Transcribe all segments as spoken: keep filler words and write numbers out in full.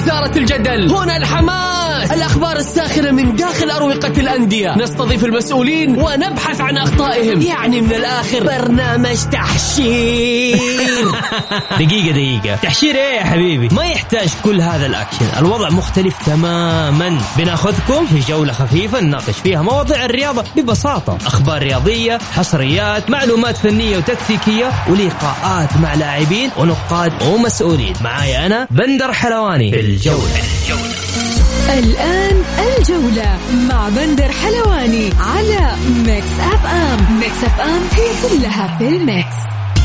إثارة الجدل، هنا الحماس، الأخبار الساخنة من داخل أروقة الأندية، نستضيف المسؤولين ونبحث عن أخطائهم، يعني من الآخر برنامج تحشير. دقيقة دقيقة، تحشير إيه يا حبيبي؟ ما يحتاج كل هذا الأكشن، الوضع مختلف تماما. بناخذكم في جولة خفيفة نناقش فيها مواضيع الرياضة ببساطة، أخبار رياضية، حصريات، معلومات فنية وتكتيكية، ولقاءات مع لاعبين ونقاد ومسؤولين. معايا أنا بندر حلواني في الجولة. الآن الجولة مع بندر حلواني على ميكس أف أم. ميكس أف أم هي كلها في الميكس.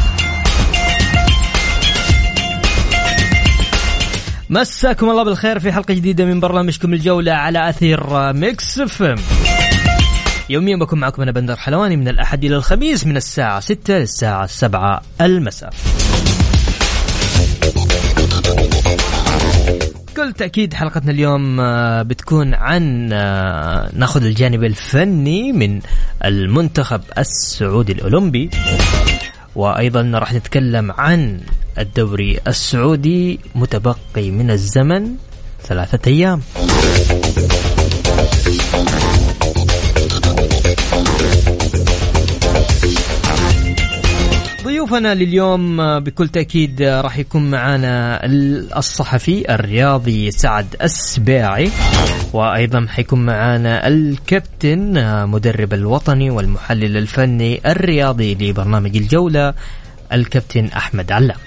مساكم الله بالخير في حلقة جديدة من برنامجكم الجولة على أثير ميكس أف أم. يوميا بكون معكم أنا بندر حلواني من الأحد إلى الخميس من الساعة ستة للساعة سبعة المساء. بكل تأكيد حلقتنا اليوم بتكون عن ناخذ الجانب الفني من المنتخب السعودي الأولمبي، وأيضا راح نتكلم عن الدوري السعودي متبقي من الزمن ثلاثة أيام. ضيوفنا لليوم بكل تأكيد راح يكون معنا الصحفي الرياضي سعد السباعي، وأيضا حيكون معنا الكابتن مدرب الوطني والمحلل الفني الرياضي لبرنامج الجولة الكابتن أحمد علام.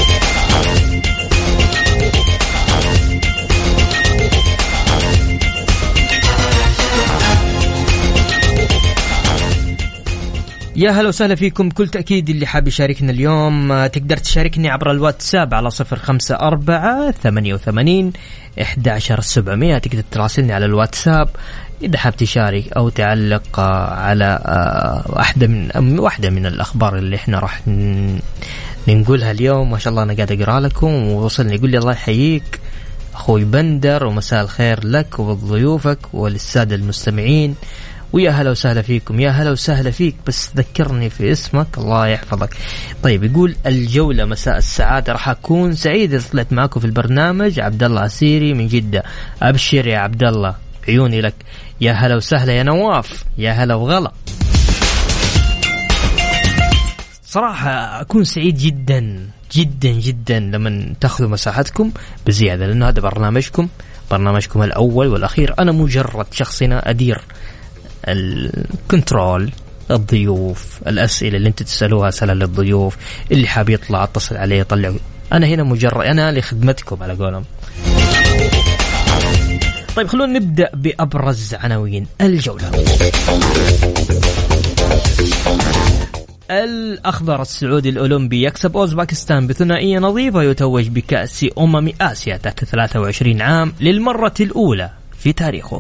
يا هلا وسهلا فيكم. بكل تأكيد اللي حاب يشاركنا اليوم تقدر تشاركني عبر الواتساب على صفر خمسة أربعة ثمانية وثمانين أحد عشر سبعمية. تقدر تراسلني على الواتساب إذا حاب تشارك أو تعلق على واحدة من واحدة من الأخبار اللي إحنا راح ننقولها اليوم. ما شاء الله أنا قاعد أقرأ لكم ووصلني يقول لي الله يحييك أخوي بندر ومساء الخير لك وضيوفك وللسادة المستمعين، ويا هلا وسهلا فيكم. يا هلا وسهلا فيك، بس ذكرني في اسمك الله يحفظك. طيب يقول الجولة مساء السعادة، راح أكون سعيد إذا طلعت معكم في البرنامج. عبد الله عسيري من جدة، أبشر يا عبد الله عيوني لك. يا هلا وسهلا يا نواف، يا هلا وغلا. صراحة أكون سعيد جدا جدا جدا لما تأخذوا مساحتكم بزيادة، لأنه هذا برنامجكم برنامجكم الأول والأخير. أنا مجرد شخصنا أدير الكنترول، الضيوف، الأسئلة اللي انت تسألوها سألها للضيوف، اللي حاب يطلع اتصل عليه طلع. أنا هنا مجرد أنا لخدمتكم على قولهم. طيب خلونا نبدأ بأبرز عناوين الجولة. الأخضر السعودي الأولمبي يكسب أوزباكستان بثنائية نظيفة، يتوج بكأس أمم آسيا تحت ثلاثة وعشرين عام للمرة الأولى في تاريخه.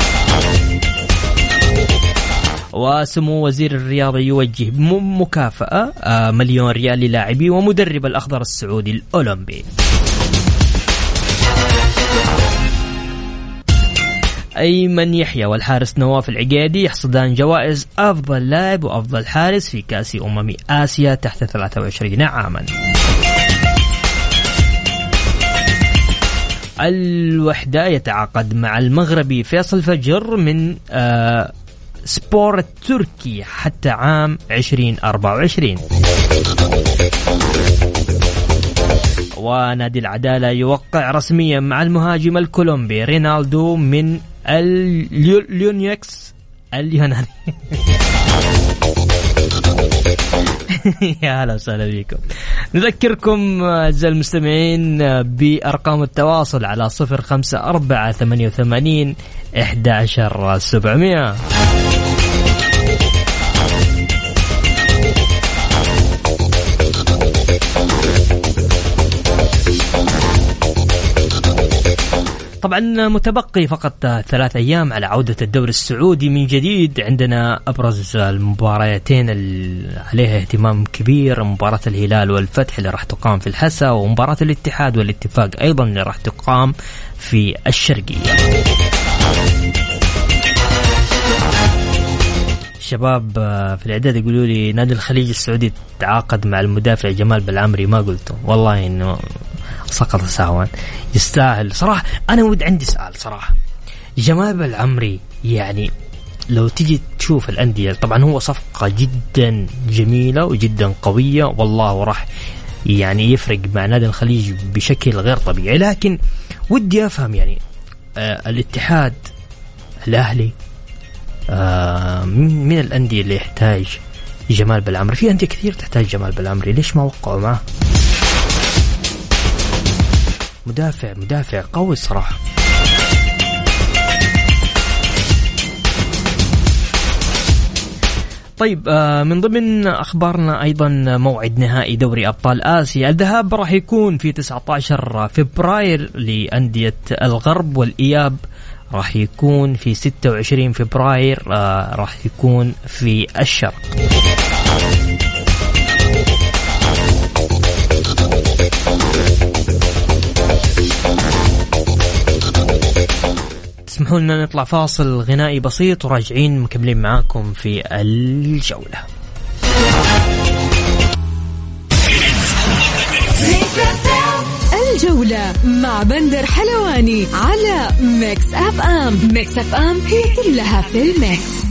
وسمو وزير الرياضة يوجه مكافأة مليون ريال للاعبي ومدرب الأخضر السعودي الأولمبي. أيمن يحيى والحارس نواف العقيدي يحصدان جوائز أفضل لاعب وأفضل حارس في كأس أمم آسيا تحت ثلاثة وعشرين عاما. الوحدة يتعاقد مع المغربي فيصل فجر من آه سبورت تركي حتى عام عشرين أربعة وعشرين. ونادي العدالة يوقع رسميا مع المهاجم الكولومبي رينالدو من اليونيكس اليوناني. يا هلا وسهلا بكم. نذكركم أعزائي المستمعين بأرقام التواصل على صفر خمسة أربعة ثمانية وثمانين أحد عشر سبعمية. طبعا متبقي فقط ثلاث أيام على عودة الدوري السعودي من جديد. عندنا أبرز المباريتين اللي عليها اهتمام كبير، مباراة الهلال والفتح اللي راح تقام في الحسا، ومباراة الاتحاد والاتفاق أيضا اللي راح تقام في الشرقية. الشباب في الإعداد يقولوا لي نادي الخليج السعودي تعاقد مع المدافع جمال بالعمري، ما قلته والله إنه سقط سهوا. يستاهل صراحة. أنا ود عندي سؤال صراحة، جمال بالعمري يعني لو تيجي تشوف الأندية، طبعا هو صفقة جدا جميلة وجدا قوية والله، وراح يعني يفرق مع نادي الخليج بشكل غير طبيعي، لكن ودي أفهم يعني آه الاتحاد، الأهلي، آه من الأندية اللي يحتاج جمال بالعمري؟ في أندية كثير تحتاج جمال بالعمري، ليش ما وقعوا معه؟ مدافع مدافع قوي صراحة. طيب من ضمن أخبارنا أيضا موعد نهائي دوري أبطال آسيا. الذهاب راح يكون في تسعة عشر فبراير لأندية الغرب، والإياب راح يكون في ستة وعشرين فبراير راح يكون في الشرق. اسمحوا لنا نطلع فاصل غنائي بسيط وراجعين مكملين معاكم في الجولة. الجولة مع بندر حلواني على ميكس أف أم. ميكس أف أم هي كلها في الميكس.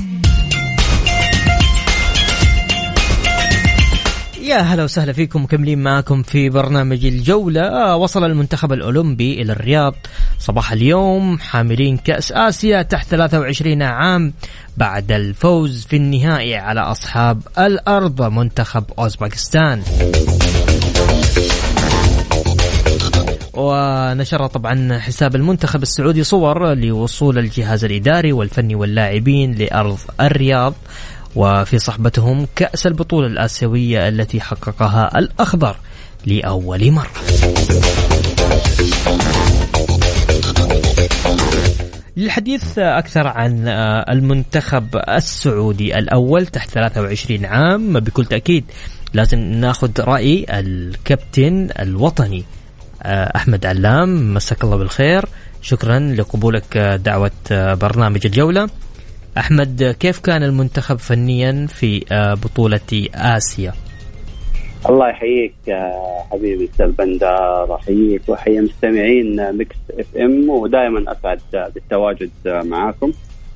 يا هلا وسهلا فيكم، مكملين معكم في برنامج الجولة. وصل المنتخب الأولمبي إلى الرياض صباح اليوم حاملين كأس آسيا تحت ثلاثة وعشرين عام بعد الفوز في النهائي على أصحاب الأرض منتخب أوزبكستان. ونشر طبعا حساب المنتخب السعودي صور لوصول الجهاز الإداري والفني واللاعبين لأرض الرياض، وفي صحبتهم كأس البطولة الآسيوية التي حققها الأخضر لأول مرة. للحديث أكثر عن المنتخب السعودي الأول تحت ثلاثة وعشرين عام بكل تأكيد لازم ناخذ رأي الكابتن الوطني أحمد علام. مساك الله بالخير، شكرا لقبولك دعوة برنامج الجولة. أحمد، كيف كان المنتخب فنيا في بطولة آسيا؟ الله يحييك حبيبي أستاذ بندر، أحييك وحيي مستمعين ميكس اف ام، ودائما أسعد بالتواجد معاكم.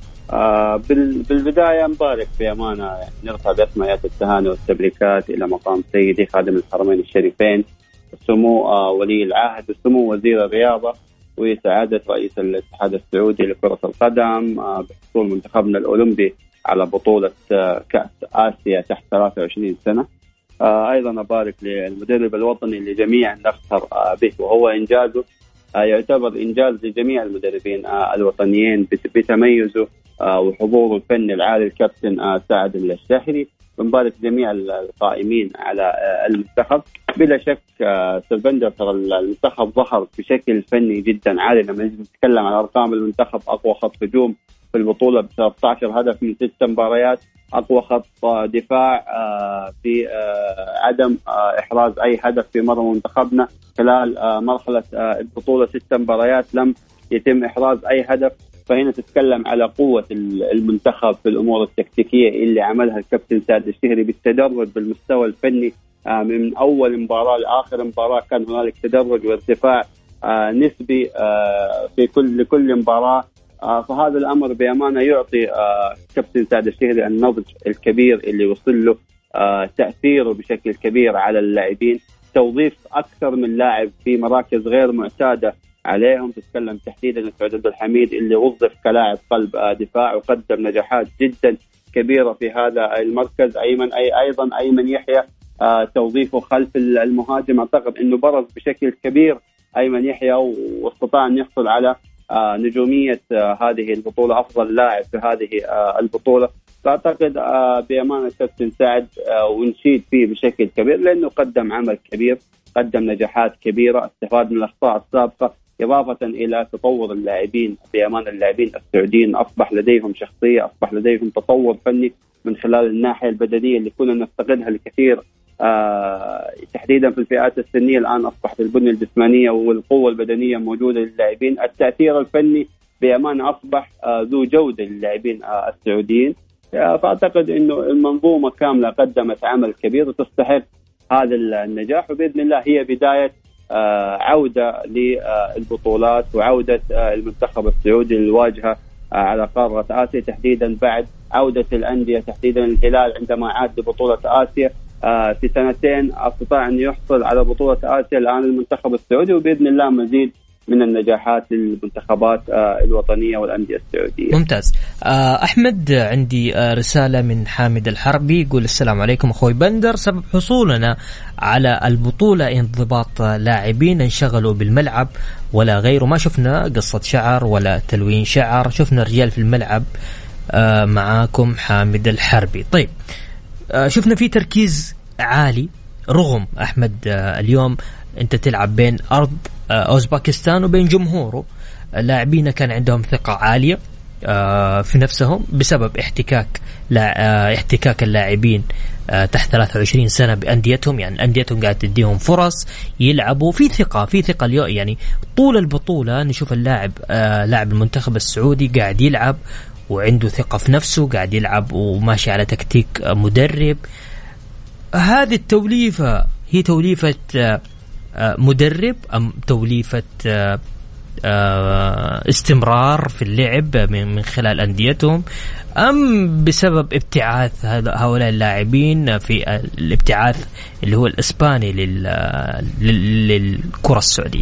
بالبداية مبارك بأمانة، نرفع بأسماءات التهاني والتبريكات إلى مقام سيدي خادم الحرمين الشريفين السمو ولي العهد وسمو وزير الرياضة وسعادة رئيس الاتحاد السعودي لكرة القدم بحصول منتخبنا الأولمبي على بطولة كأس آسيا تحت ثلاثة وعشرين سنة. أيضا أبارك للمدرب الوطني اللي جميعا نفتخر به، وهو إنجازه يعتبر إنجاز لجميع المدربين الوطنيين بتميزه وحضوره الفني العالي الكابتن سعد الشهري. ونبارك جميع القائمين على المنتخب. بلا شك سلفندر ترى المنتخب ظهر بشكل فني جدا عالي. لما نتكلم عن أرقام المنتخب، أقوى خط هجوم في البطولة ب ثلاثة عشر هدف من ست مباريات، أقوى خط دفاع في عدم إحراز أي هدف في مرمى منتخبنا خلال مرحلة البطولة ست مباريات لم يتم إحراز أي هدف. فهنا تتكلم على قوة المنتخب في الأمور التكتيكية اللي عملها الكابتن سعد الشهري بالتدرج بالمستوى الفني من أول مباراة لآخر مباراة. كان هنالك تدرج وارتفاع نسبي في كل لكل مباراة. فهذا الأمر بأمانة يعطي كابتن سعد الشهري النضج الكبير اللي وصل له، تأثيره بشكل كبير على اللاعبين، توظيف أكثر من لاعب في مراكز غير معتادة عليهم. تتكلم تحديدا سعود عبد الحميد اللي وظف كلاعب قلب دفاع وقدم نجاحات جدا كبيرة في هذا المركز. أيمن أي أيضا أيمن يحيى توظيفه خلف المهاجم، أعتقد أنه برز بشكل كبير أيمن يحيى واستطاع أن يحصل على نجومية هذه البطولة، أفضل لاعب في هذه البطولة. فأعتقد بأمانة كابتن سعد ونشيد فيه بشكل كبير لأنه قدم عمل كبير، قدم نجاحات كبيرة، استفاد من الأخطاء السابقة، إضافة إلى تطور اللاعبين. بأمان اللاعبين السعوديين أصبح لديهم شخصية، أصبح لديهم تطور فني من خلال الناحية البدنية اللي كنا نفتقدها الكثير آه تحديدا في الفئات السنية. الآن أصبحت البنية الجسمانية والقوة البدنية موجودة للاعبين. التأثير الفني بأمانة أصبح آه ذو جودة للاعبين آه السعوديين. آه فأعتقد أنه المنظومة كاملة قدمت عمل كبير وتستحق هذا النجاح، وبإذن الله هي بداية عودة للبطولات وعودة المنتخب السعودي للواجهة على قارة آسيا تحديدا بعد عودة الأندية تحديدا الهلال عندما عاد لبطولة آسيا في سنتين استطاع أن يحصل على بطولة آسيا. الآن المنتخب السعودي وبإذن الله مزيد من النجاحات للمنتخبات الوطنية والأندية السعودية. ممتاز. أحمد عندي رسالة من حامد الحربي يقول السلام عليكم أخوي بندر، سبب حصولنا على البطولة انضباط لاعبين انشغلوا بالملعب ولا غيره، ما شفنا قصة شعر ولا تلوين شعر، شفنا رجال في الملعب. معاكم حامد الحربي. طيب شفنا في تركيز عالي رغم أحمد اليوم أنت تلعب بين أرض أوزباكستان وبين جمهوره، لاعبين كان عندهم ثقة عالية في نفسهم بسبب احتكاك لا احتكاك اللاعبين تحت ثلاثة وعشرين سنة بأنديتهم، يعني أنديتهم قاعد تديهم فرص يلعبوا في ثقة في ثقة اليوم. يعني طول البطولة نشوف اللاعب لاعب المنتخب السعودي قاعد يلعب وعنده ثقة في نفسه، قاعد يلعب وماشي على تكتيك مدرب. هذه التوليفة هي توليفة مدرب أم توليفة استمرار في اللعب من خلال أنديتهم، أم بسبب ابتعاث هؤلاء اللاعبين في الابتعاث اللي هو الإسباني للكرة السعودية؟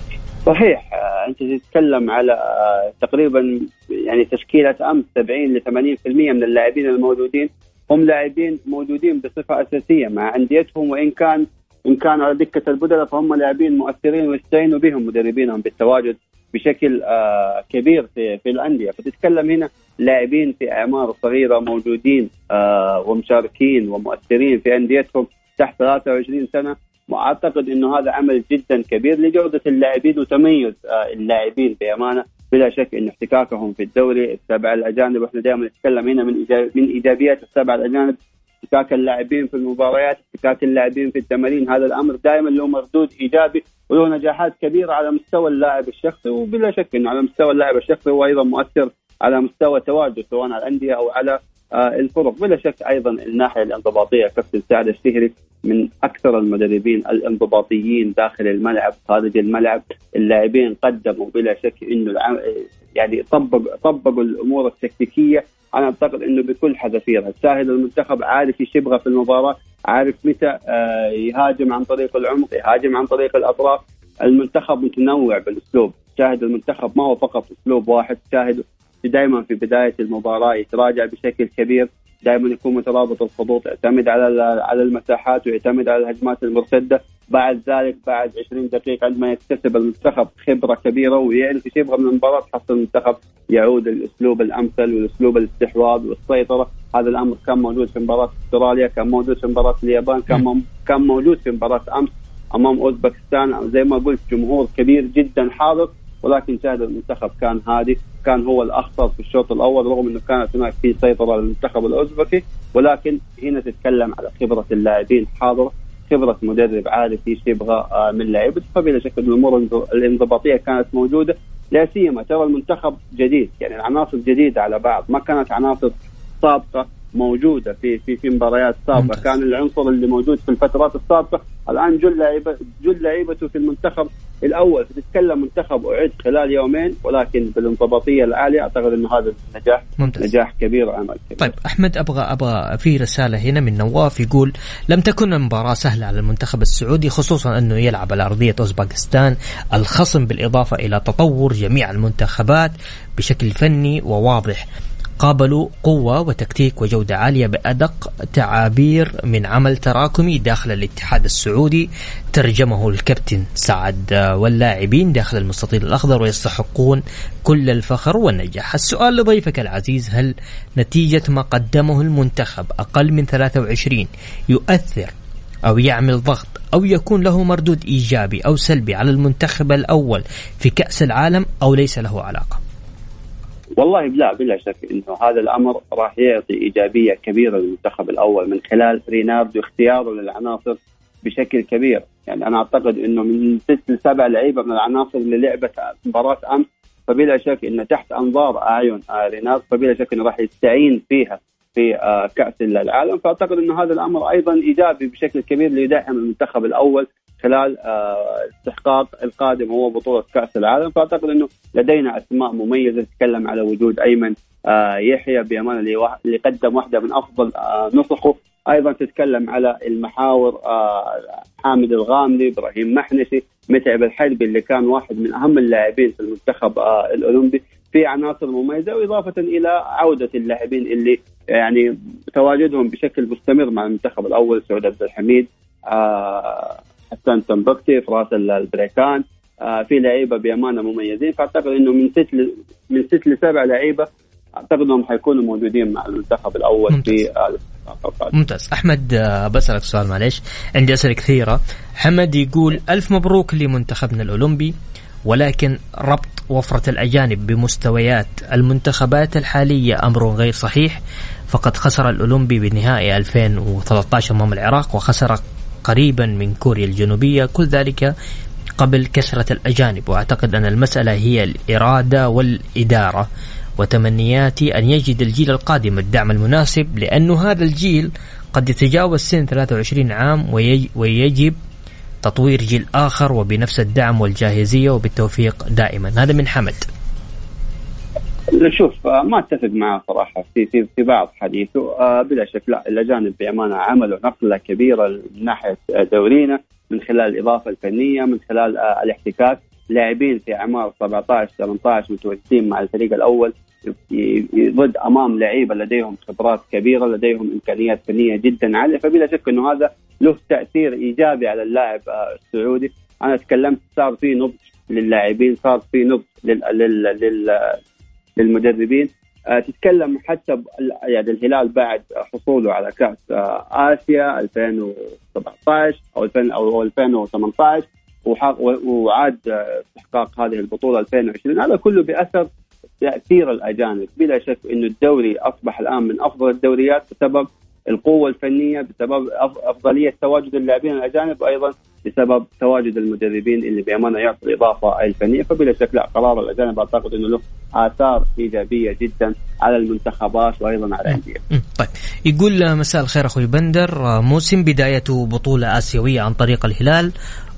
صحيح، أنت تتكلم على تقريبا يعني تشكيلة أمس سبعين لثمانين بالمئة من اللاعبين الموجودين هم لاعبين موجودين بصفة أساسية مع أنديتهم، وإن كان إن كان على دكة البدلاء فهم لاعبين مؤثرين ويستعينوا بهم مدربينهم بالتواجد بشكل آه كبير في في الأندية. فتتكلم هنا لاعبين في أعمار صغيرة موجودين آه ومشاركين ومؤثرين في أنديتهم تحت ثلاثة وعشرين سنة. وأعتقد إنه هذا عمل جدا كبير لجودة اللاعبين وتميز آه اللاعبين بأمانة. بلا شك إن احتكاكهم في الدوري السبعة الأجانب، وإحنا دائما نتكلم هنا من من إيجابيات السبعة الأجانب، احتكاك اللاعبين في المباريات، احتكاك اللاعبين في التمارين، هذا الأمر دائما له مردود إيجابي وله نجاحات كبيرة على مستوى اللاعب الشخصي. وبلا شك إنه على مستوى اللاعب الشخصي هو أيضا مؤثر على مستوى تواجده سواء على الأندية أو على آه الفرق. بلا شك أيضا الناحية الانضباطية كابتن سعد الشهري من أكثر المدربين الانضباطيين داخل الملعب خارج الملعب. اللاعبين قدموا بلا شك إنه يعني طبق طبقوا الأمور التكتيكية. أنا أعتقد إنه بكل حذافيرها الشاهد المنتخب عارف يشبغ في المباراة، عارف متى آه يهاجم عن طريق العمق، يهاجم عن طريق الأطراف. المنتخب متنوع بالأسلوب، شاهد المنتخب ما هو فقط أسلوب واحد. شاهد دائما في بداية المباراة يتراجع بشكل كبير، دائما يكون مترابط الخطوط، يعتمد على على المساحات ويعتمد على الهجمات المرتدة. بعد ذلك بعد عشرين دقيقة عندما يكتسب المنتخب خبرة كبيرة ويعرف يشبه من المباراة، حتى المنتخب يعود الأسلوب الأمثل والأسلوب الاستحواذ والسيطرة. هذا الأمر كان موجود في مباراة استراليا، كان موجود في مباراة اليابان، كان كان موجود في مباراة أمس أمام أوزبكستان. زي ما قلت جمهور كبير جدا حاضر، ولكن شاهد المنتخب كان هادي، كان هو الأخطر في الشوط الأول رغم أنه كانت هناك في سيطرة للمنتخب الأوزبكي. ولكن هنا تتكلم على خبرة اللاعبين حاضرة، خبرة مدرب عارف ايش يبغى من لاعب. فبلا شك الأمور الانضباطية كانت موجودة، لا سيما ترى المنتخب جديد، يعني العناصر جديدة على بعض، ما كانت عناصر سابقة موجودة في في في مباريات سابقة. كان العنصر اللي موجود في الفترات السابقة الآن جل لعيبة جل لعيبته في المنتخب الأول. فتتكلم منتخب أعد خلال يومين، ولكن بالانضباطية العالية أعتقد إنه هذا النجاح ممتاز. نجاح كبير وعمل كبير. طيب أحمد، أبغى أبغى في رسالة هنا من نواف يقول لم تكن المباراة سهلة على المنتخب السعودي، خصوصا أنه يلعب على أرضية أوزباكستان الخصم، بالإضافة إلى تطور جميع المنتخبات بشكل فني وواضح. قابلوا قوة وتكتيك وجودة عالية بأدق تعابير من عمل تراكمي داخل الاتحاد السعودي ترجمه الكابتن سعد واللاعبين داخل المستطيل الأخضر، ويستحقون كل الفخر والنجاح. السؤال لضيفك العزيز، هل نتيجة ما قدمه المنتخب أقل من ثلاثة وعشرين يؤثر أو يعمل ضغط أو يكون له مردود إيجابي أو سلبي على المنتخب الأول في كأس العالم، أو ليس له علاقة؟ والله لا، بلا شك إنه هذا الأمر راح يعطي إيجابية كبيرة للمنتخب الأول من خلال ريناردو اختياره للعناصر بشكل كبير. يعني أنا أعتقد إنه من ست لسبع لعيبة من العناصر اللي لعبت مباراة أمس، فبلا شك إنه تحت أنظار أعين ريناردو، فبلا شك إنه راح يستعين فيها في كأس العالم. فأعتقد إنه هذا الأمر أيضا إيجابي بشكل كبير ليدعم المنتخب الأول خلال استحقاق القادم هو بطولة كأس العالم. فأعتقد أنه لدينا أسماء مميزة، تتكلم على وجود أيمن يحيى بأمانة اللي قدم واحدة من أفضل نسخه، أيضا تتكلم على المحاور حامد الغامدي، إبراهيم محنسي، متعب الحربي اللي كان واحد من أهم اللاعبين في المنتخب الأولمبي، في عناصر مميزة، وإضافة إلى عودة اللاعبين اللي يعني تواجدهم بشكل مستمر مع المنتخب الأول، سعود عبد الحميد، حسن تنبكتي، فراس البريكان، في لعيبة بأمانة مميزين. فأعتقد إنه من ست ل... من ست لسبع لعيبة أعتقد إنهم حيكونوا موجودين مع المنتخب الأول. ممتاز. في ممتاز. أحمد بسألك سؤال معليش، عندي أسئلة كثيرة. حمد يقول ألف مبروك لمنتخبنا الأولمبي، ولكن ربط وفرة الأجانب بمستويات المنتخبات الحالية أمر غير صحيح، فقد خسر الأولمبي بنهائي ألفين وثلاثة عشر أمام العراق، وخسر قريبا من كوريا الجنوبية، كل ذلك قبل كثرة الأجانب. وأعتقد أن المسألة هي الإرادة والإدارة، وتمنياتي أن يجد الجيل القادم الدعم المناسب، لأنه هذا الجيل قد يتجاوز سن ثلاثة وعشرين عام، ويجب تطوير جيل آخر وبنفس الدعم والجاهزية وبالتوفيق دائما. هذا من حمد. شوف، ما اتفق معه صراحة في في في بعض حديثه. بلا شك لا، الأجانب بأمانة عملوا نقلة كبيرة من ناحية دورينا، من خلال الإضافة الفنية، من خلال الاحتكاك. لاعبين في أعمار سبعة عشر ثمانية عشر متواجدين مع الفريق الأول ضد أمام لعيبة لديهم خبرات كبيرة، لديهم إمكانيات فنية جدا عالية. فبلا شك إنه هذا له تأثير إيجابي على اللاعب السعودي. أنا تكلمت، صار في نضج للاعبين، صار في نضج لل لل لل للمدربين. تتكلم حتى يعني الهلال بعد حصوله على كأس آسيا ألفين وسبعة عشر أو ألفين أو ألفين وثمانية عشر، وعاد استحقاق هذه البطولة ألفين وعشرين، هذا كله بأثر تأثير الأجانب. بلا شك إنه الدوري أصبح الآن من أفضل الدوريات بسبب القوة الفنية، بسبب أفضلية تواجد اللاعبين الأجانب، وأيضا بسبب تواجد المدربين اللي بأمانة يعطي الإضافة الفنية. فبلا شك لا، قرار الأجانب أعتقد إنه له آثار إيجابية جدا على المنتخبات وأيضا على الأندية. طيب، يقول مساء الخير أخوي بندر، موسم بدايته بطولة آسيوية عن طريق الهلال،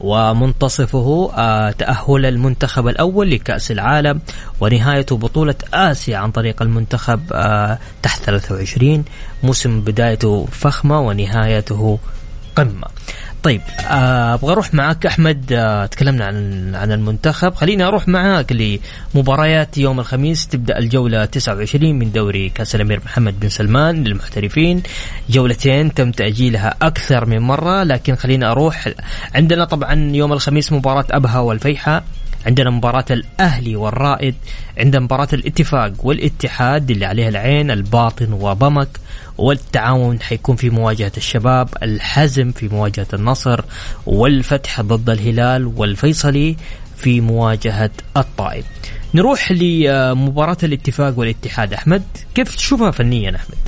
ومنتصفه تأهل المنتخب الأول لكأس العالم، ونهايته بطولة آسيا عن طريق المنتخب تحت ثلاثة وعشرين. موسم بدايته فخمة ونهايته قمة. طيب، أبغى أروح معك أحمد. آه تكلمنا عن عن المنتخب، خليني أروح معك لمباريات يوم الخميس. تبدأ الجولة تسعة وعشرين من دوري كأس الأمير محمد بن سلمان للمحترفين، جولتين تم تأجيلها أكثر من مرة، لكن خليني أروح. عندنا طبعا يوم الخميس مباراة أبها والفيحاء، عندنا مباراة الأهلي والرائد، عندنا مباراة الاتفاق والاتحاد اللي عليها العين، الباطن وبمك، والتعاون حيكون في مواجهة الشباب، الحزم في مواجهة النصر، والفتح ضد الهلال، والفيصلي في مواجهة الطائف. نروح لمباراة الاتفاق والاتحاد. أحمد، كيف تشوفها فنيا أحمد؟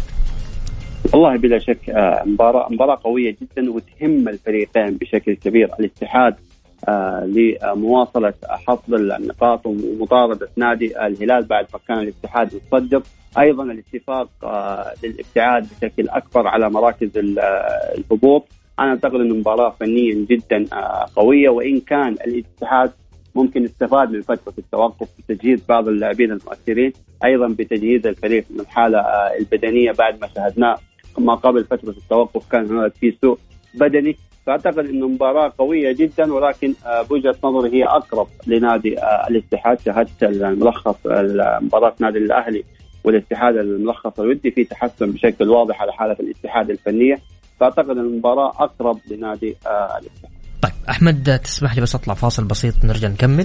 والله بلا شك مباراة مباراة قوية جدا وتهم الفريقين بشكل كبير. الاتحاد آه لمواصلة حصد النقاط ومطاردة نادي الهلال بعد ما كان الاتحاد متصدر، أيضا الاتفاق آه للابتعاد بشكل أكبر على مراكز الهبوط. أنا أعتقد أن المباراة فنيا جدا آه قوية، وإن كان الاتحاد ممكن استفاد من فترة التوقف بتجهيز بعض اللاعبين المؤثرين، أيضا بتجهيز الفريق من الحالة آه البدنية بعد ما شاهدناه ما قبل فترة التوقف كان هناك في سوء بدني. فأعتقد أنه مباراة قوية جدا، ولكن بوجهة نظري هي أقرب لنادي الاتحاد. شاهدت الملخص مباراة نادي الأهلي والاتحاد، الملخص الودي فيه تحسن بشكل واضح على حالة الاتحاد الفنية، فأعتقد أن المباراة أقرب لنادي الاتحاد. طيب أحمد، تسمح لي بس أطلع فاصل بسيط نرجع نكمل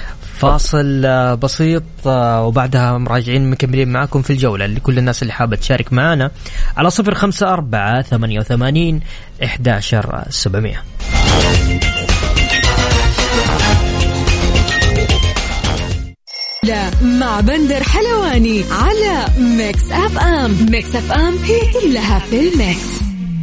فاصل بسيط، وبعدها راجعين مكملين معاكم في الجولة. لكل الناس اللي حابة تشارك معنا على صفر خمسة أربعة ثمانية وثمانين إحدى عشر سبعمية. لا مع بندر حلواني على ميكس أف أم. ميكس أف أم هي كلها في الميكس.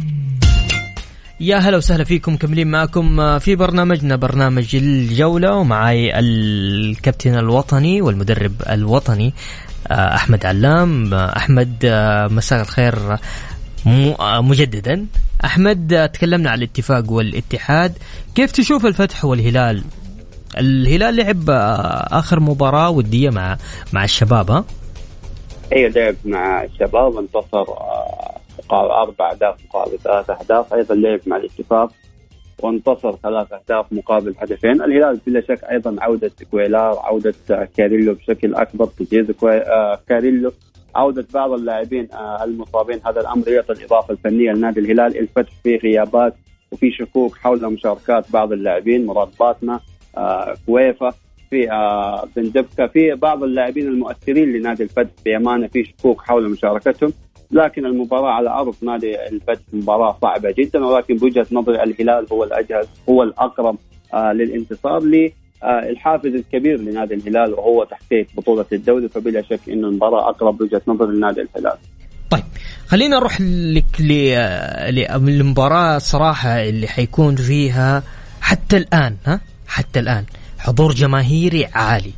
يا هلا وسهلا فيكم، كملين معكم في برنامجنا برنامج الجولة، ومعاي الكابتن الوطني والمدرب الوطني أحمد علام. أحمد، مساء الخير مجددا. أحمد، تكلمنا عن الاتفاق والاتحاد، كيف تشوف الفتح والهلال؟ الهلال لعب آخر مباراة ودية مع مع الشباب. ها أي لعب مع الشباب، انتصر مقابل أربع أهداف مقابل ثلاث أهداف. أيضا لعب مع الاتفاق وانتصر ثلاث أهداف مقابل هدفين. الهلال بلا شك أيضا عودة كويلار، عودة كاريلو بشكل أكبر، تجهيز كاريلو، عودة بعض اللاعبين المصابين، هذا الأمر يعطي الإضافة الفنية لنادي الهلال. الفتح في غيابات وفي شكوك حول مشاركات بعض اللاعبين، مراد باتنا، كويفة، في بن دبكة، في بعض اللاعبين المؤثرين لنادي الفتح بأمانة في شكوك حول مشاركتهم. لكن المباراة على أرض نادي الفتح مباراة صعبة جدا، ولكن بوجهة نظري الهلال هو الأجهز، هو الأقرب للانتصار لي. الحافز الكبير لنادي الهلال وهو تحقيق بطولة الدوري، فبلا شك إنه المباراة أقرب بوجهة نظر لنادي الهلال. طيب خلينا نروح لك للمباراة صراحة اللي حيكون فيها حتى الآن ها حتى الآن حضور جماهيري عالي،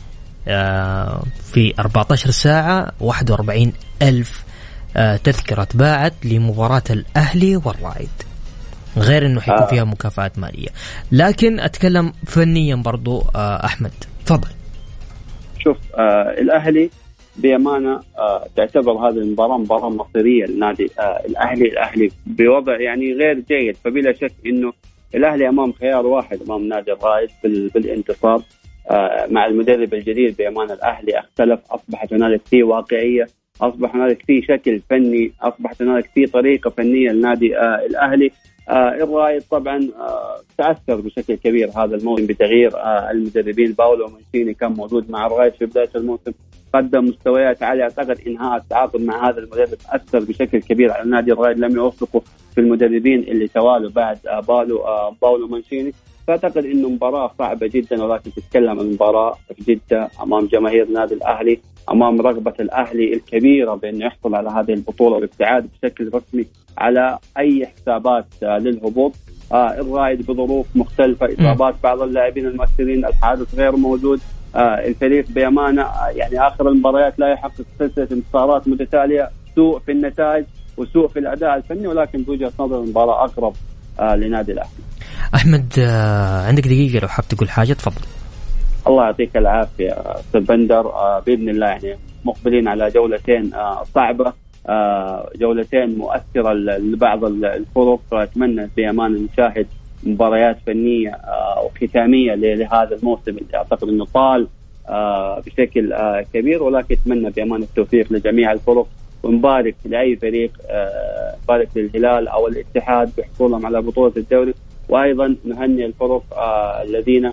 في أربعة عشر ساعة واحد وأربعين ألف تذكرة تباعت لمباراة الأهلي والرائد، غير أنه حيكون فيها مكافآت مالية. لكن أتكلم فنيا برضو. أحمد تفضل. شوف، آه الأهلي بأمانة آه تعتبر هذه المباراة مباراة مصيرية للنادي آه الأهلي. الأهلي بوضع يعني غير جيد، فبلا شك أنه الأهلي أمام خيار واحد أمام نادي الرائد بالانتصار. آه مع المدرب الجديد بأمانة الأهلي اختلف، أصبحت هنالك فيه واقعية، أصبح هنالك فيه شكل فني، أصبحت هنالك فيه طريقة فنية لنادي آه الأهلي. آه الرائد طبعا آه تأثر بشكل كبير هذا الموسم بتغيير آه المدربين. باولو مانشيني كان موجود مع الرائد في بداية الموسم، قدم مستويات عالية. أعتقد إنهاء التعاقد مع هذا المدرب أثر بشكل كبير على نادي الرائد، لم يوفقوا في المدربين اللي توالوا بعد آه باولو آه باولو مانشيني. فأعتقد إنه مباراة صعبة جدا، ولكن تتكلم عن مباراة في جدة أمام جماهير نادي الأهلي، أمام رغبة الأهلي الكبيرة بأنه يحصل على هذه البطولة والابتعاد بشكل رسمي على أي حسابات آه للهبوط. آه الرائد بظروف مختلفة، إصابات بعض اللاعبين المؤثرين، الحادث غير موجود. آه الفريق بأمانة آه يعني آخر المباريات لا يحقق سلسلة انتصارات متتالية، سوء في النتائج وسوء في الأداء الفني، ولكن بوجهة نظر المباراة أقرب آه لنادي الأهلي. أحمد، آه عندك دقيقة لو حاب تقول حاجة تفضل. الله يعطيك العافية أستاذ بندر. آه بإذن الله يعني مقبلين على جولتين آه صعبة، آه جولتين مؤثرة لبعض الفرق. أتمنى بأمان نشاهد مباريات فنية آه وختامية لهذا الموسم اللي أعتقد أنه طال آه بشكل آه كبير، ولكن أتمنى بأمان التوفيق لجميع الفرق، ونبارك لأي فريق، آه بارك للهلال أو الاتحاد بحصولهم على بطولة الدوري، وأيضا نهنئ الفرق آه الذين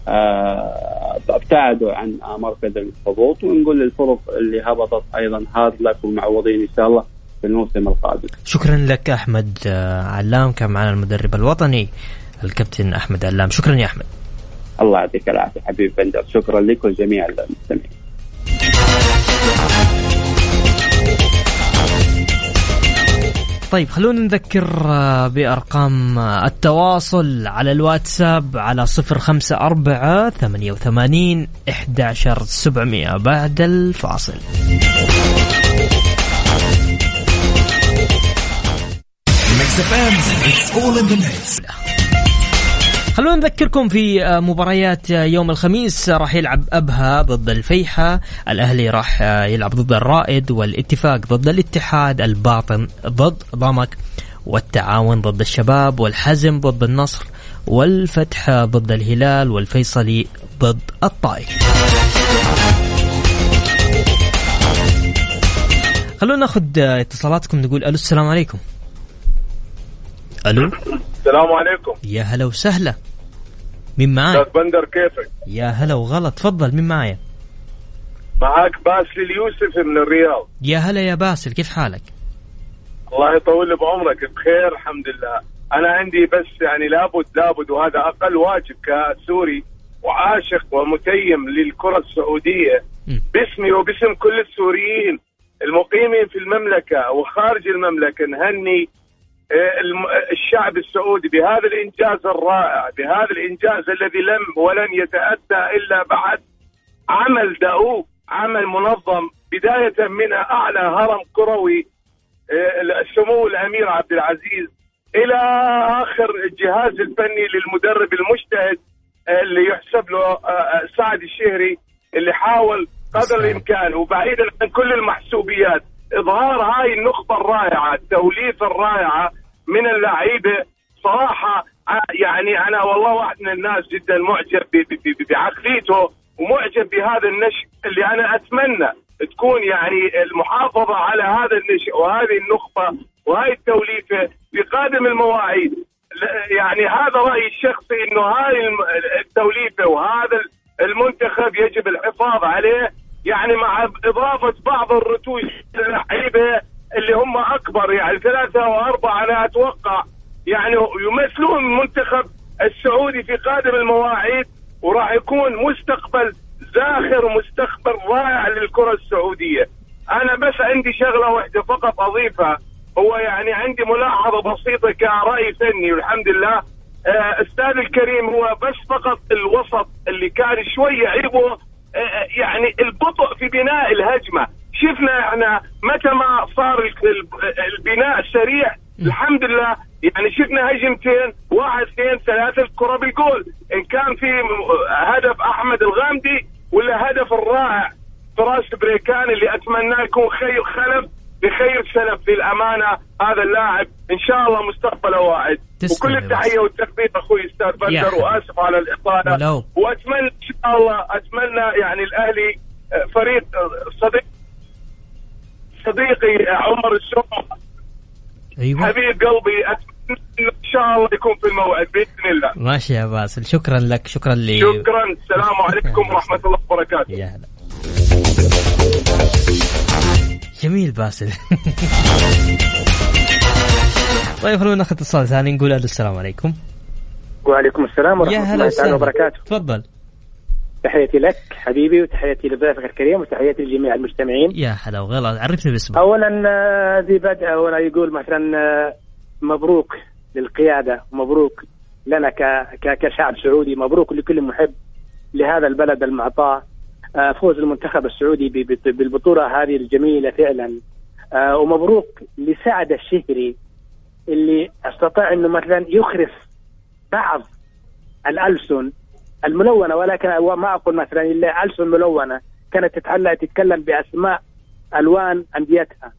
آه ابتعدوا عن آه مركز الهبوط، ونقول للفرق اللي هبطت أيضا هارد لك ومعوضين إن شاء الله في الموسم القادم. شكرا لك أحمد علام، كان معنا المدرب الوطني الكابتن أحمد علام. شكرا يا أحمد. الله يعطيك العافية حبيب بندر، شكرا لك والجميع المستمعين. طيب خلونا نذكر بأرقام التواصل على الواتساب على صفر خمسة أربعة ثمانية وثمانين أحد عشر سبعمية بعد الفاصل. خلونا نذكركم في مباريات يوم الخميس. راح يلعب أبها ضد الفيحة، الأهلي راح يلعب ضد الرائد، والاتفاق ضد الاتحاد، الباطن ضد ضمك، والتعاون ضد الشباب، والحزم ضد النصر، والفتح ضد الهلال، والفيصلي ضد الطائف. خلونا ناخذ اتصالاتكم. نقول ألو السلام عليكم. ألو السلام عليكم. يا هلا وسهلا، مين معاي؟ أستاذ بندر كيفك؟ يا هلا وغلط، تفضل، مين معايا؟ معاك باسل اليوسف من الرياض. يا هلا يا باسل، كيف حالك؟ الله يطول بعمرك، بخير الحمد لله. أنا عندي بس يعني لابد لابد وهذا أقل واجب كسوري وعاشق ومتيم للكرة السعودية م. باسمي وباسم كل السوريين المقيمين في المملكة وخارج المملكة، نهني الشعب السعودي بهذا الإنجاز الرائع، بهذا الإنجاز الذي لم ولن يتأتى إلا بعد عمل دؤوب، عمل منظم، بداية من أعلى هرم كروي السمو الأمير عبد العزيز إلى آخر الجهاز الفني للمدرب المجتهد اللي يحسب له سعد الشهري، اللي حاول قدر الإمكان وبعيدا عن كل المحسوبيات إظهار هاي النقطة الرائعة، التوليفة الرائعة من اللعيبة. صراحة يعني أنا والله واحد من الناس جدا معجب بعقليته ومعجب بهذا النشء اللي أنا أتمنى تكون يعني المحافظة على هذا النشء وهذه النقطة وهي التوليفة في قادم المواعيد. يعني هذا رأيي الشخصي، إنه هاي التوليفة وهذا المنتخب يجب الحفاظ عليه، يعني مع إضافة بعض الرتوش اللعيبة اللي هم أكبر، يعني ثلاثة وأربعة أنا أتوقع يعني يمثلون المنتخب السعودي في قادم المواعيد، وراح يكون مستقبل زاخر ومستقبل رائع للكرة السعودية. أنا بس عندي شغلة واحدة فقط أضيفها، هو يعني عندي ملاحظة بسيطة كرأي فني، والحمد لله أستاذ الكريم هو بس فقط الوسط اللي كان شوية عيبه يعني البطء في بناء الهجمة. شفنا احنا متى ما صار البناء السريع الحمد لله يعني شفنا هجمتين واحد اثنين ثلاثة الكرة بالجول، إن كان في هدف أحمد الغامدي ولا هدف الرائع فراس بريكان اللي أتمنى يكون خير خلف بخير سلف للأمانة. هذا اللاعب إن شاء الله مستقبله واعد. وكل التحية والتقدير أخوي أستاذ بندر، وآسف على الإطالة، ولو. وأتمنى إن شاء الله أتمنى يعني الأهلي فريق صديق صديقي عمر السوم أيوة. حبيب قلبي، أتمنى إن شاء الله يكون في الموعد بإذن الله. ماشي يا باسل، شكرا لك، شكرا لي، شكرا. السلام عليكم ورحمة الله وبركاته. يا هلا. جميل باسل. طيب خلونا ناخذ اتصال ثاني، نقول السلام عليكم. وعليكم السلام ورحمة الله تعالى وبركاته. تفضل. تحياتي لك حبيبي، وتحياتي لضيفك الكريم، وتحياتي لجميع المستمعين. يا هلا وغلا، عرفني باسمك. أولا ذي بدء ولا يقول مثلا مبروك للقيادة، ومبروك لنا ك كشعب سعودي، مبروك لكل محب لهذا البلد المعطاء فوز المنتخب السعودي بالبطولة هذه الجميلة فعلا. ومبروك لسعد الشهري اللي استطاع انه مثلا يخرف بعض الألسن الملونة، ولكن ما أقول مثلا إلا ألسن ملونة كانت تتعلق تتكلم بأسماء ألوان أنديتها.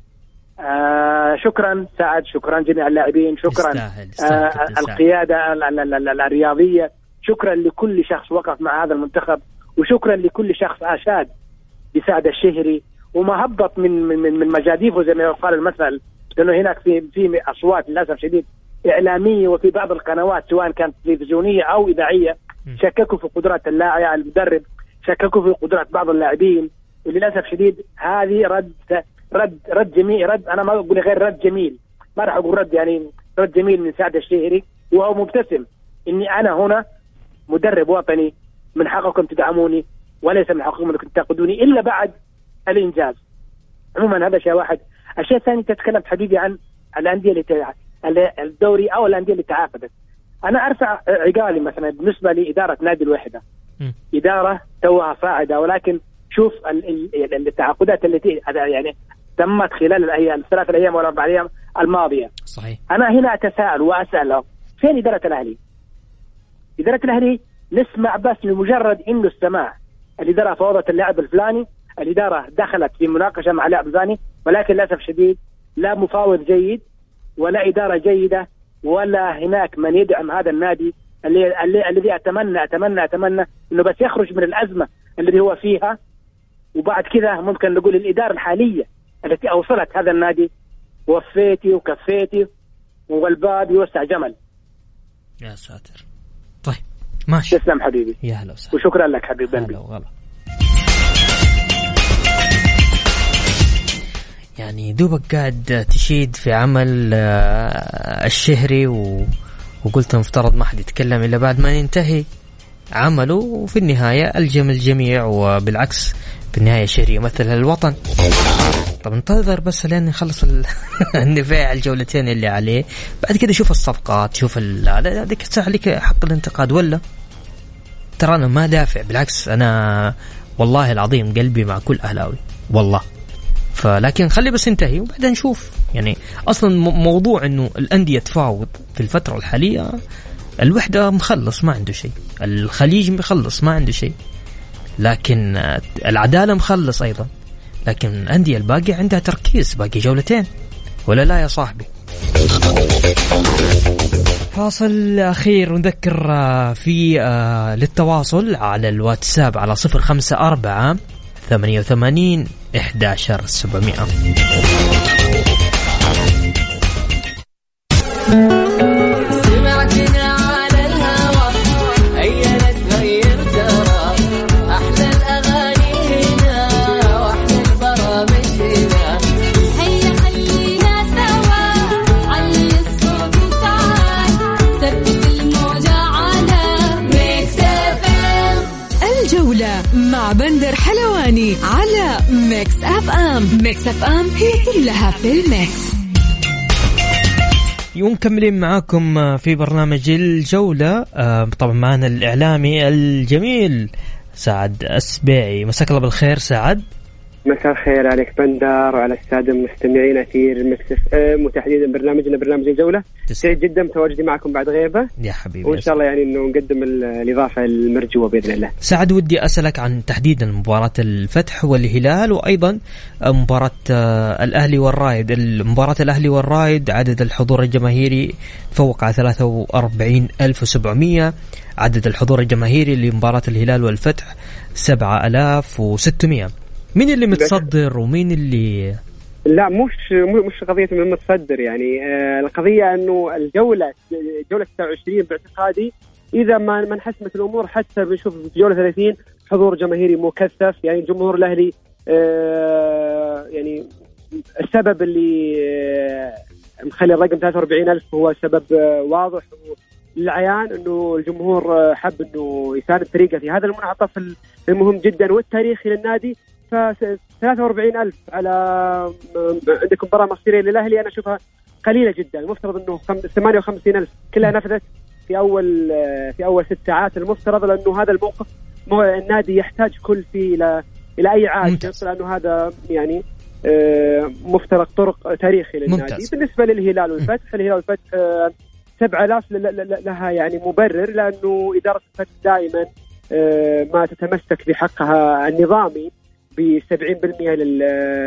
آه شكرا سعد، شكرا جميع اللاعبين، شكرا استاهل. استاهل. آه القيادة الرياضية، شكرا لكل شخص وقف مع هذا المنتخب، وشكرا لكل شخص أشاد بسعد الشهري وما هبط من من من مجاديفه زي ما قال المثل، لأنه هناك في في أصوات للأسف شديد إعلامية وفي بعض القنوات سواء كانت تلفزيونية أو إذاعية شككوا في قدرات اللاعب المدرب، شككوا في قدرات بعض اللاعبين، وللأسف شديد هذه رد رد رد جميل، رد أنا ما أقول غير رد جميل، ما راح أقول رد يعني رد جميل من سعد الشهري، وهو مبتسم إني أنا هنا مدرب وطني، من حقكم تدعموني وليس من حقكم أنكم تنتقدوني إلا بعد الإنجاز. عموما هذا شيء واحد. الشيء الثاني تتكلم حبيبي عن الأندية اللي الدوري أو الأندية اللي تعاقدت. أنا أرفع عقالي مثلا بالنسبة لإدارة نادي الوحدة، م. إدارة توها صاعدة، ولكن شوف التعاقدات التي يعني تمت خلال الثلاث الأيام ولا أربع أيام الماضية. صحيح. أنا هنا أتساءل وأسأل فين إدارة الأهلي؟ إدارة الأهلي نسمع بس لمجرد إنه السماع، الإدارة فوضت اللاعب الفلاني، الإدارة دخلت في مناقشة مع لاعب ثاني، ولكن للأسف شديد لا مفاوض جيد ولا إدارة جيدة ولا هناك من يدعم هذا النادي اللي الذي أتمنى أتمنى أتمنى إنه بس يخرج من الأزمة الذي هو فيها، وبعد كذا ممكن نقول الإدارة الحالية التي أوصلت هذا النادي وفيتي وكفيتي والباب يوسع جمل. يا ساتر. طيب ماشي. تسلم حبيبي. يا هلا وسهلا. وشكرا لك حبيبي. هلا وغلا. يعني دوبك قاعد تشيد في عمل الشهري و... وقلت مفترض ما حد يتكلم إلا بعد ما ينتهي عمله، وفي النهاية ألجم الجميع، وبالعكس في النهاية الشهري يمثل الوطن. طب انتظر بس لين يخلص النفاع الجولتين اللي عليه، بعد كده شوف الصفقات، شوف هذيك الساعة لك حق الانتقاد. ولا ترى أنا ما دافع، بالعكس أنا والله العظيم قلبي مع كل أهلاوي والله، فلكن خلي بس ينتهي وبعدين نشوف. يعني أصلا موضوع إنه الأندية تفاوض في الفترة الحالية، الوحدة مخلص ما عنده شيء، الخليج مخلص ما عنده شيء، لكن العدالة مخلص أيضا، لكن الأندية الباقي عندها تركيز، باقي جولتين ولا لا يا صاحبي؟ فاصل أخير ونذكر في للتواصل على الواتساب على صفر خمسة أربعة ثمانية وثمانين أحد عشر سبعمائة. مع بندر حلواني على ميكس أف أم. ميكس أف أم هي كلها في الميكس. ومكملين معاكم في برنامج الجولة. طبعا معنا الإعلامي الجميل سعد السبيعي. مساك الله بالخير سعد. مساء الخير عليك بندر وعلى السادة المستمعين أثير ميكس اف ام وتحديدا برنامجنا برنامج الجولة. سعيد جدا بتواجدي معكم بعد غيبة يا حبيبي، وإن شاء الله يعني إنه نقدم الإضافة المرجوة بإذن الله. سعد ودي أسألك عن تحديدا مباراة الفتح والهلال وأيضا مباراة الأهلي والرايد. المباراة الأهلي والرايد عدد الحضور الجماهيري فوق على ثلاثة وأربعين ألف وسبعمية، عدد الحضور الجماهيري لمباراة الهلال والفتح سبعة آلاف وستمية. مين اللي متصدر ومين اللي لا مش مش قضية من متصدر يعني آه القضية انه الجولة جولة تسعة وعشرين باعتقادي اذا ما ما انحسمت الامور حتى بنشوف في جولة ثلاثين حضور جماهيري مكثف. يعني جمهور الاهلي آه يعني السبب اللي آه مخلي الرقم ثلاثة وأربعين ألف هو سبب آه واضح للعيان انه الجمهور آه حب انه يساند فريقه في هذا المنعطف المهم جدا والتاريخي للنادي. ف ثلاثة وأربعين ألف على عندك مباراة مصيرية للأهلي أنا أشوفها قليلة جدا. المفترض إنه ثمانية وخمسين ألف كلها نفذت في أول في أول ست ساعات. المفترض لأنه هذا الموقف النادي يحتاج كل فيه إلى إلى أي عاد، لأنه هذا يعني مفترق طرق تاريخي للنادي. ممتاز. بالنسبة للهلال والفتح، الهلال والفتح سبعة آلاف لها يعني مبرر، لأنه إدارة الفتح دائما ما تتمسك بحقها النظامي بسبعين بالمئة لل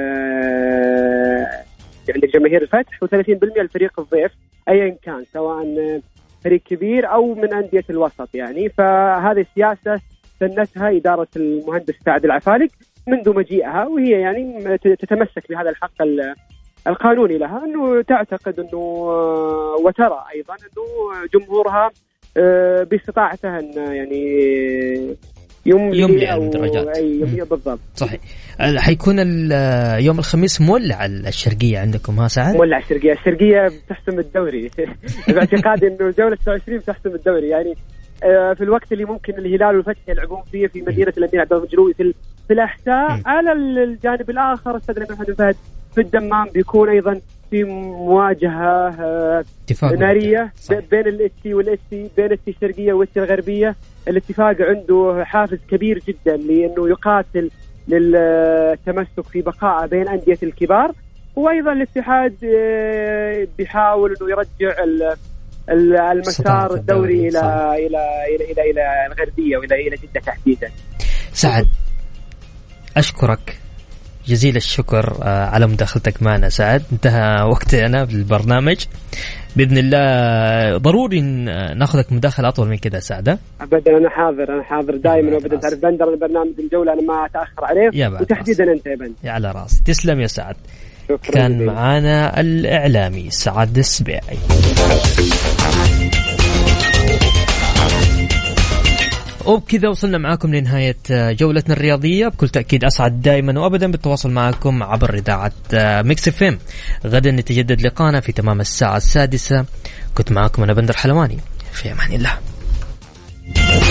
يعني جماهير الفتح وثلاثين بالمئة للفريق الضيف أيا كان، سواء فريق كبير أو من أندية الوسط يعني. فهذه السياسة سنتها إدارة المهندس سعد العفالق منذ مجيئها، وهي يعني تتمسك بهذا الحق القانوني لها، أنه تعتقد أنه وترى أيضا أنه جمهورها باستطاعتها أن يعني يملي الدرجات. يملي بالضبط. صحيح. حيكون يوم الخميس مولع الشرقية عندكم ها سعد؟ مولع الشرقية. الشرقية بتحسم الدوري باعتقادي إنه جولة تسعة وعشرين بتحسم الدوري يعني في الوقت اللي ممكن الهلال والفتح يلعبون فيه في مدينة الأمير عبد الله المجروي في في الأحساء. على الجانب الآخر استاذ محمد فهد في الدمام بيكون أيضا في مواجهة نارية بين الاتي والاتي، بين الاتي الشرقية والاتي الغربية. الاتفاق عنده حافز كبير جدا لأنه يقاتل للتمسك في بقاء بين أندية الكبار، وأيضا الاتحاد بيحاول أنه يرجع المسار الدوري إلى إلى إلى إلى إلى الغربية وإلى إلى جدة تحديدا. سعد أشكرك جزيل الشكر على مداخلتك معنا سعد. انتهى وقتنا في البرنامج، بإذن الله ضروري ناخذك مداخلة أطول من كده سعد. أبدا أنا حاضر، أنا حاضر دائما وأبدا. تعرف بندر البرنامج الجولة أنا ما أتأخر عليه، وتحديدا أنت يا بندر. يا على راسي، تسلم يا سعد. كان معنا الإعلامي سعد السبيعي. وبكذا وصلنا معاكم لنهاية جولتنا الرياضية. بكل تأكيد أسعد دائما وأبدا بالتواصل معكم عبر إذاعة ميكس اف ام. غدا نتجدد لقانا في تمام الساعة السادسة. كنت معكم أنا بندر حلواني، في أمان الله.